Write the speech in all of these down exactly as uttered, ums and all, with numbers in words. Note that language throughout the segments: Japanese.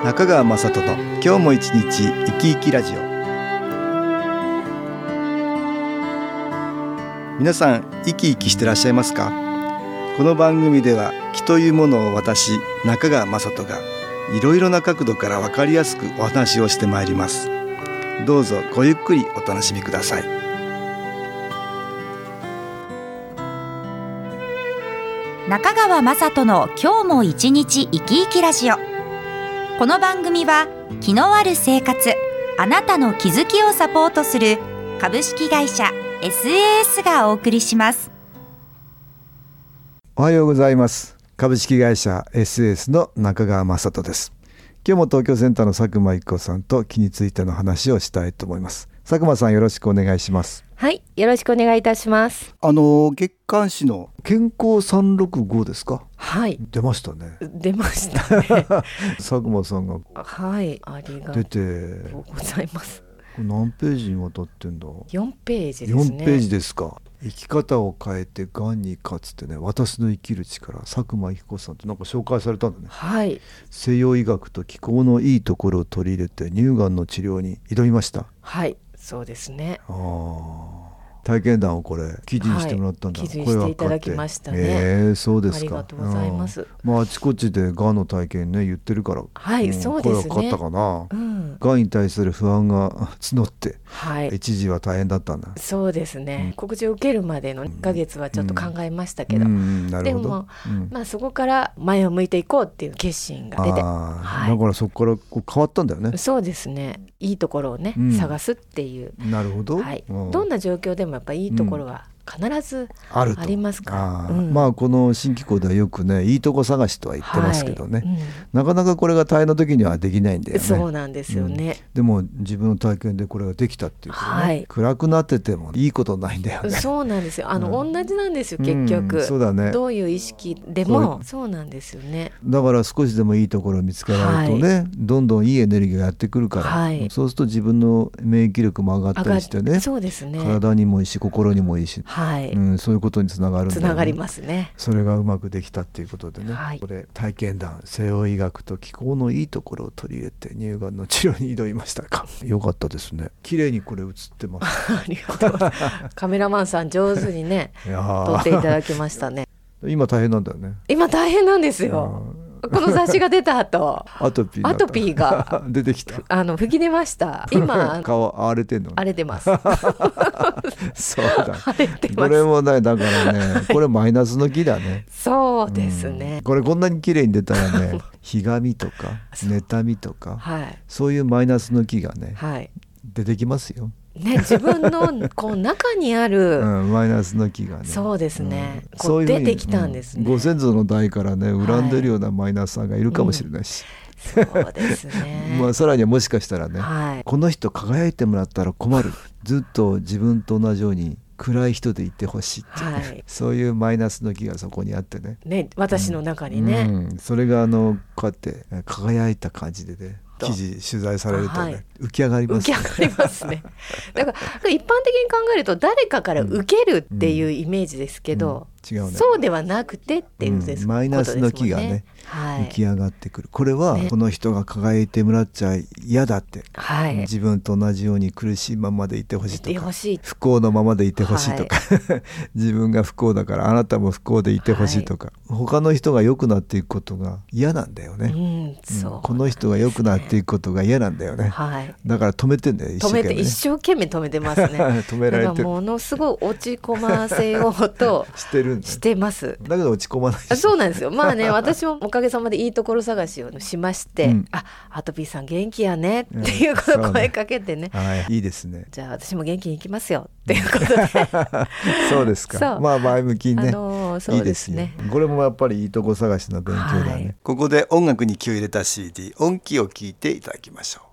中川雅人の今日も一日生き生きラジオ。皆さん生き生きしてらっしゃいますか？この番組では気というものを私中川雅人がいろいろな角度から分かりやすくお話をしてまいります。どうぞごゆっくりお楽しみください。 中川雅人の今日も一日生き生きラジオ。この番組は気のある生活、あなたの気づきをサポートする株式会社 エスエーエス がお送りします。 おはようございます。株式会社 エスエーエス の中川雅人です。今日も東京センターの佐久間一子さんと気についての話をしたいと思います。佐久間さん、よろしくお願いします。 はい、よろしくお願いいたします。 あの月刊誌の健康さんろくごですか？ はい、 出ましたね。 出ましたね佐久間さんがはい、ありがとうございます。 何ページにわたってんだ？ よんページですね。 よんページですか。生き方を変えてがんに勝つってね、私の生きる力、佐久間一子さんってなんか紹介されたんだね。 はい。 西洋医学と気候のいいところを取り入れて乳がんの治療に挑みました。 はい、そうですね。 ああ、体験談をこれ記事にしてもらったんだ。 はい、記事にしていただきましたね。 えー、そうですか。 ありがとうございます。 まあ、あちこちでがんの体験ね言ってるから、 はい、うん、そうですね。 声がかかったかな。 うん、 がんに対する不安が募って、 はい、 一時は大変だったんだ。 そうですね、うん、告知を受けるまでのいっかげつはちょっと考えましたけど、 うんうん、なるほど。 でも、 うん、 まあ、そこから前を向いていこうっていう決心が出て、 はい、だからそこからこう変わったんだよね。 そうですね、いいところをね、うん、探すっていう。 なるほど、 はい、うん、どんな状況でもやっぱりいいところは必ずありますから、 あ、うん、まあこの新機構ではよくねいいとこ探しとは言ってますけどね、はい、うん、なかなかこれが大変な時にはできないんだよね。 そうなんですよね、 うん、でも自分の体験でこれができたっていうことね、はい、暗くなっててもいいことないんだよね。 そうなんですよ。あの、うん、同じなんですよ結局、うん、 そうだね、 どういう意識でもそうなんですよね。 だから少しでもいいところを見つけられるとね、はい、どんどんいいエネルギーがやってくるから、はい、そうすると自分の免疫力も上がったりしてね、 そうですね、 体にもいいし心にもいいし、はい、うん、そういうことにつながるんだよね。 つながりますね。 それがうまくできたっていうことでね、 はい、 これ体験談、西洋医学と気候のいいところを取り入れて乳がんの治療に挑みましたか。よかったですね。綺麗にこれ映ってますありがとうカメラマンさん上手にね撮っていただきましたね。 今大変なんだよね。 今大変なんですよ。この雑誌が出た後アトピーアトピーが出てきた。 あの吹き出ました。今顔荒れてんの？ 荒れてますそうだ、 荒れてます。 これもね、だからね、これマイナスの木だね。 そうですね、 うん、これこんなに綺麗に出たらねひがみとか妬みとか、はい、そういうマイナスの木がね、はい、出てきますよね、自分のこう中にある、 うん、マイナスの気がね、 そうですね、 うん、 こう出てきたんですね、 うん、ご先祖の代からね恨んでるようなマイナスさんがいるかもしれないし、 うん、そうですねまあさらにはもしかしたらね、 はい、 この人輝いてもらったら困るずっと自分と同じように暗い人でいてほしいっていう、ね、はい、そういうマイナスの気がそこにあってね、 ね、私の中にね、 うんうん、それがあのこうやって輝いた感じでね記事取材されるとね、はい、浮き上がりますね。 浮き上がりますねだから一般的に考えると誰かから受けるっていうイメージですけど、うんうん違うね、そうではなくてっていうです、 うん、マイナスの気がね、はい、浮き上がってくる。これはこの人が輝いてもらっちゃ嫌だって、はい、自分と同じように苦しいままでいてほしいとか不幸のままでいてほしいとか、はい、自分が不幸だからあなたも不幸でいてほしいとか、はい、他の人が良くなっていくことが嫌なんだよね、うんそう、この人が良くなっていくことが嫌なんだよね、はい、だから止めてんだよ、一生懸命、 止めて一生懸命止めてますね止められてる。 だからものすごい落ち込ませようとしてるしてます。 だけど落ち込まないし。 そうなんですよ。まあね私もおかげさまでいいところ探しをしまして、うん、あアトピーさん元気やねっていうことを声かけてね、うんね、はい、 いいですね。 じゃあ私も元気に行きますよっていうことでそうですか。まあ前向きにね、 あのー、そうですね、 いいですよ。これもやっぱりいいとこ探しの勉強だね、はい、ここで音楽に気を入れた シーディー 音気を聞いていただきましょう。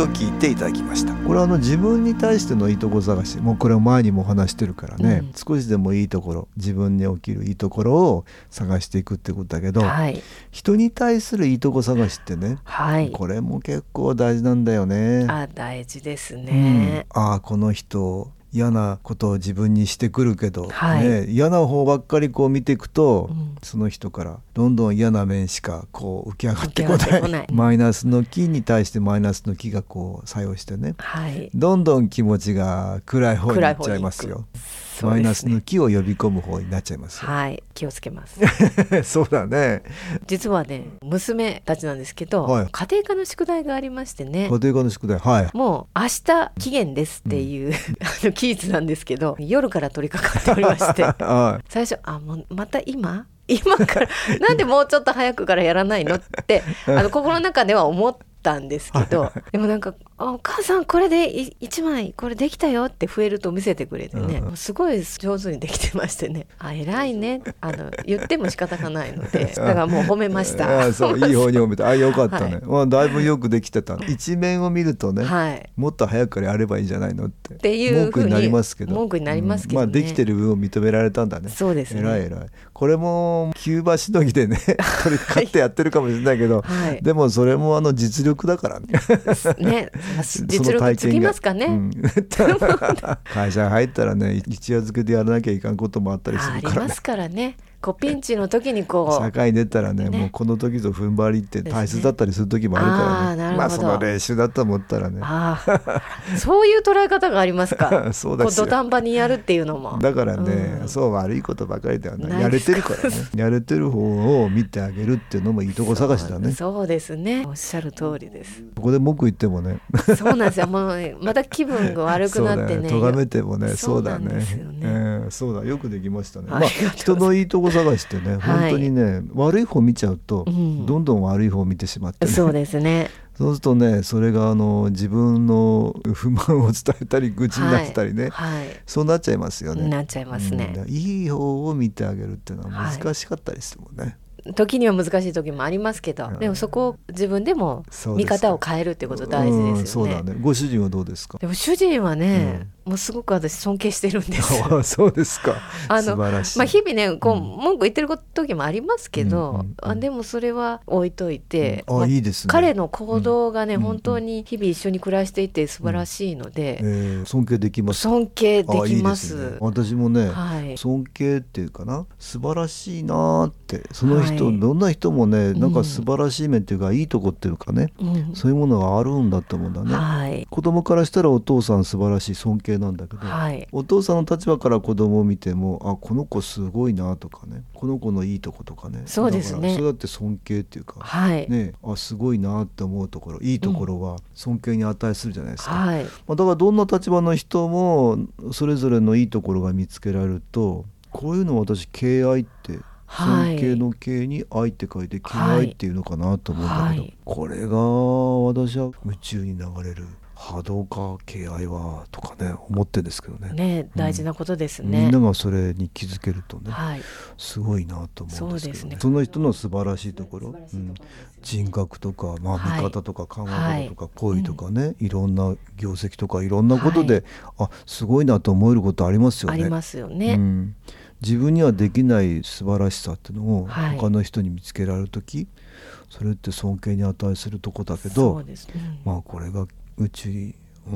を聞いていただきました。これはあの自分に対してのいいとこ探し、もうこれは前にも話してるからね、うん、少しでもいいところ、自分に起きるいいところを探していくってことだけど、はい、人に対するいいとこ探しってね、はい、これも結構大事なんだよね。 あ、大事ですね、 うん、あ、この人嫌なことを自分にしてくるけど、はいね、嫌な方ばっかりこう見ていくと、うん、その人からどんどん嫌な面しかこう浮き上がってこない、ないマイナスの気に対してマイナスの気がこう作用してね、はい、どんどん気持ちが暗い方になっちゃいますよ。すね、マイナスの気を呼び込む方になっちゃいますよ。 はい、気をつけますそうだね。 実はね、娘たちなんですけど、はい、家庭科の宿題がありましてね。 家庭科の宿題、はい、 もう明日期限ですっていう、うん、あの期日なんですけど、夜から取り掛かっておりまして、はい、最初あもうまた今今からなんでもうちょっと早くからやらないのってあの心の中では思ったんですけど、でもなんかお母さんこれでいちまいこれできたよって増えると見せてくれてね、うん、すごい上手にできてましてね、あ偉いね、あの言っても仕方がないので、だからもう褒めましたあそういい方に褒めて、あよかったね、はい、まあ、だいぶよくできてた。一面を見るとね、はい、もっと早くからやればいいんじゃないのってっていう文句になりますけど、 文句になりますけどね、 うん、まあ、できてる分を認められたんだね。 そうですね、 偉い偉い。これもキューバしのぎでね取り掛ってやってるかもしれないけど、はい、でもそれもあの実力だからねね、実力つきますかね、うん、 会社入ったらね、一夜漬けでやらなきゃいかんこともあったりするからね。 ありますからね、こうピンチの時にこう社会に出たら ね, ねもうこの時ぞ踏ん張りって大切だったりする時もあるからね、あまあその練習だと思ったらね、あそういう捉え方がありますかそうですよ、 土壇場にやるっていうのもだからね、うん、そう悪いことばかりではない、やれてるからねやれてる方を見てあげるっていうのもいいとこ探しだね。 そう、そうですね、おっしゃる通りです。 ここで文句言ってもねそうなんですよ、もうまた気分が悪くなってね、 とがめてもね、そうだね、えー、そうだ、よくできましたね。まあ、人のいいとこ探してね、本当にね、はい、悪い方見ちゃうと、うん、どんどん悪い方見てしまって、ね、 そうですね。 そうするとね、それがあの自分の不満を伝えたり愚痴になってたりね、はいはい、そうなっちゃいますよね。 なっちゃいますね、 うん、いい方を見てあげるっていうのは難しかったりするもんね、はい、 時には難しい時もありますけど、うん、でもそこを自分でも見方を変えるってこと大事ですよね、うん、そうだね。 ご主人はどうですか？ でも主人はね、うん、もうすごく私尊敬してるんですよそうですか。あの素晴らしい。 まあ、日々ねこう、うん、文句言ってる時もありますけど、うんうんうん、あでもそれは置いといて、 うん、あ、いいですね。 彼の行動がね、うん、本当に日々一緒に暮らしていて素晴らしいので、うん、 えー、尊敬できます。 尊敬できます。 いいですね。私もね、はい、尊敬っていうかな、素晴らしいなって、その人、はい、どんな人もね、なんか素晴らしい面っていうか、うん、いいとこっていうかね、うん、そういうものがあるんだと思うんだね、はい、子供からしたらお父さん素晴らしい、尊敬なんだけど、はい、お父さんの立場から子供を見ても、あこの子すごいなとかね、この子のいいとことかね、 そうですね、 だからそれだって尊敬っていうか、はい、ね、あすごいなって思うところ、いいところは尊敬に値するじゃないですか、うん、はい、まあ、だからどんな立場の人もそれぞれのいいところが見つけられると、こういうのを私敬愛って、尊敬の敬に愛って書いて敬愛っていうのかなと思うんだけど、はいはい、これが私は宇宙に流れる波動か敬愛はとかね思ってるんですけど ね, ね大事なことですね、 うん、みんながそれに気づけるとね、はい、すごいなと思うんですけど、ね、そうですね、その人の素晴らしいところ、うん、人格とか、まあ、見方とか考え方とか、行為とかね、はい、いろんな業績とかいろんなことで、はい、あすごいなと思えることありますよね。 ありますよね、うん、 自分にはできない素晴らしさっていうのを他の人に見つけられるとき、はい、それって尊敬に値するとこだけど、そうです、うん、まあこれが宇宙、うん、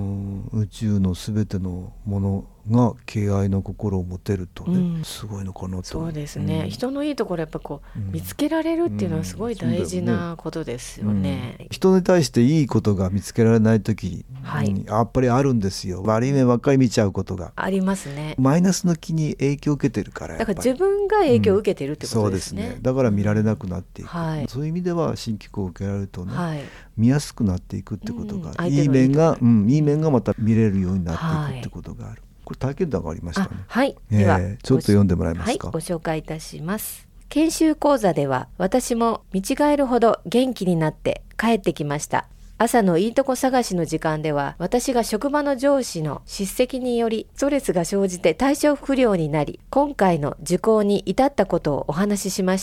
宇宙のすべてのものが敬愛の心を持てるとね、うん、すごいのかなと。 そうですね、うん、人のいいところやっぱこう、うん、見つけられるっていうのはすごい大事なことですよね、 うん、人に対していいことが見つけられないとき、はい、うん、やっぱりあるんですよ。悪い面ばっかり見ちゃうことがありますね。 マイナスの気に影響を受けてるから、やっぱりだから自分が影響を受けてるってことですね、 うん、そうですね。だから見られなくなっていく、はい、そういう意味では新機構を受けられるとね、はい、見やすくなっていくってことが、うん、いい面が、うん、いい面がまた見れるようになっていくってことがある、はい、これ体験談がありましたね。 はい、 えー、ではちょっと読んでもらえますか。 はい、ご紹介いたします。研修講座では私も見違えるほど元気になって帰ってきました。朝のいいとこ探しの時間では、私が職場の上司の叱責によりストレスが生じて体調不良になり、今回の受講に至ったことをお話ししました。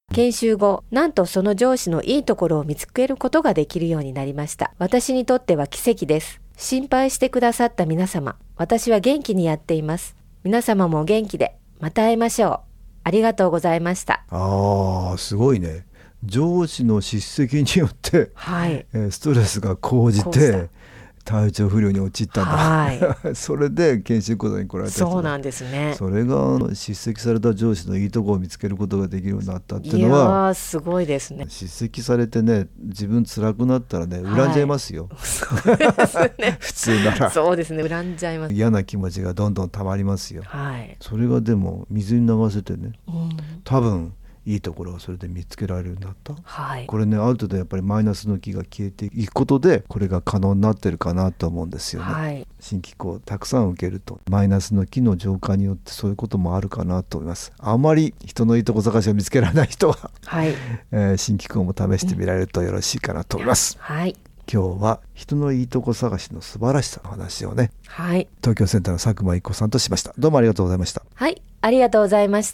研修後、なんとその上司のいいところを見つけることができるようになりました。私にとっては奇跡です。心配してくださった皆様、私は元気にやっています。皆様も元気でまた会いましょう。ありがとうございました。 ああ、すごいね。上司の叱責によって、 はいえー、ストレスが高じて体調不良に陥ったんだ、 はい、 それで研修講座に来られた人。 そうなんですね。 それが叱責された上司のいいところを見つけることができるようになったっていうのは、 いやすごいですね。 叱責されてね、自分辛くなったらね、恨んじゃいますよ、 はい、そうですね普通ならそうですね、恨んじゃいます。 嫌な気持ちがどんどん溜まりますよ、 はい、 それがでも水に流せてね、 うん、 多分いいところがそれで見つけられるようになった、 はい、 これね、ある程度やっぱりマイナスの気が消えていくことでこれが可能になってるかなと思うんですよね、 はい、 新機構たくさん受けるとマイナスの気の浄化によってそういうこともあるかなと思います。あまり人のいいとこ探しを見つけられない人は、 はいえー、新機構も試してみられるとよろしいかなと思います、 うん、はい、 今日は人のいいとこ探しの素晴らしさの話をね、 はい、 東京センターの佐久間一子さんとしました。どうもありがとうございました。 はい、ありがとうございました。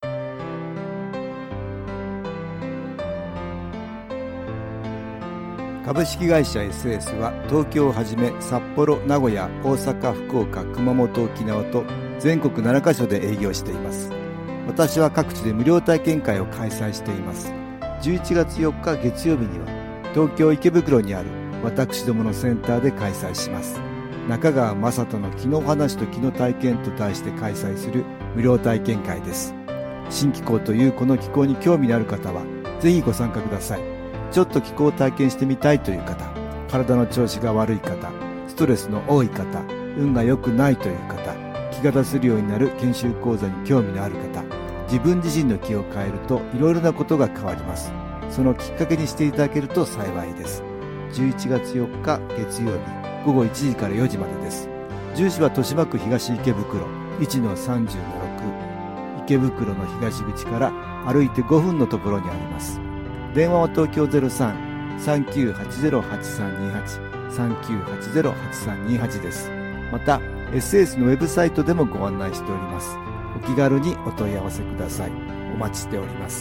株式会社 エスエス は東京をはじめ札幌、名古屋、大阪、福岡、熊本、沖縄と全国ななカ所で営業しています。私は各地で無料体験会を開催しています。じゅういちがつよっか月曜日には東京池袋にある私どものセンターで開催します。中川雅人の気の話と気の体験と題して開催する無料体験会です。新気候というこの気候に興味のある方はぜひご参加ください。ちょっと気候を体験してみたいという方、体の調子が悪い方、ストレスの多い方、運が良くないという方、気が出せるようになる研修講座に興味のある方、自分自身の気を変えるといろいろなことが変わります。そのきっかけにしていただけると幸いです。じゅういちがつよっか月曜日ごごいちじからよじまでです。住所は豊島区東池袋 いちのさんじゅうのろく、池袋の東口から歩いてごふんのところにあります。電話は東京 ゼロさん さんきゅうはちゼロ はちさんにはち さんきゅうはちゼロ はちさんにはち です。また エスエス のウェブサイトでもご案内しております。お気軽にお問い合わせください。お待ちしております。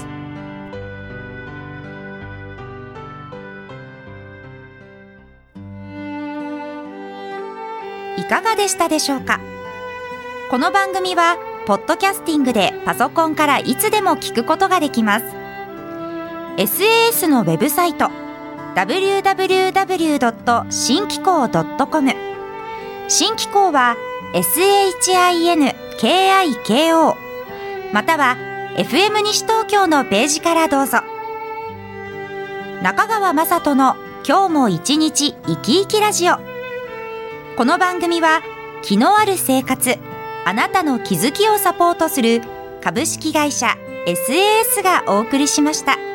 いかがでしたでしょうか。この番組はポッドキャスティングでパソコンからいつでも聞くことができます。エスエーエス のウェブサイト ダブリューダブリューダブリュードットシンキコードットコム、 新気候は エスエイチアイエヌケーアイケーオー または エフエム 西東京のページからどうぞ。中川雅人の今日も一日生き生きラジオ。この番組は気のある生活、あなたの気づきをサポートする株式会社 エスエーエス がお送りしました。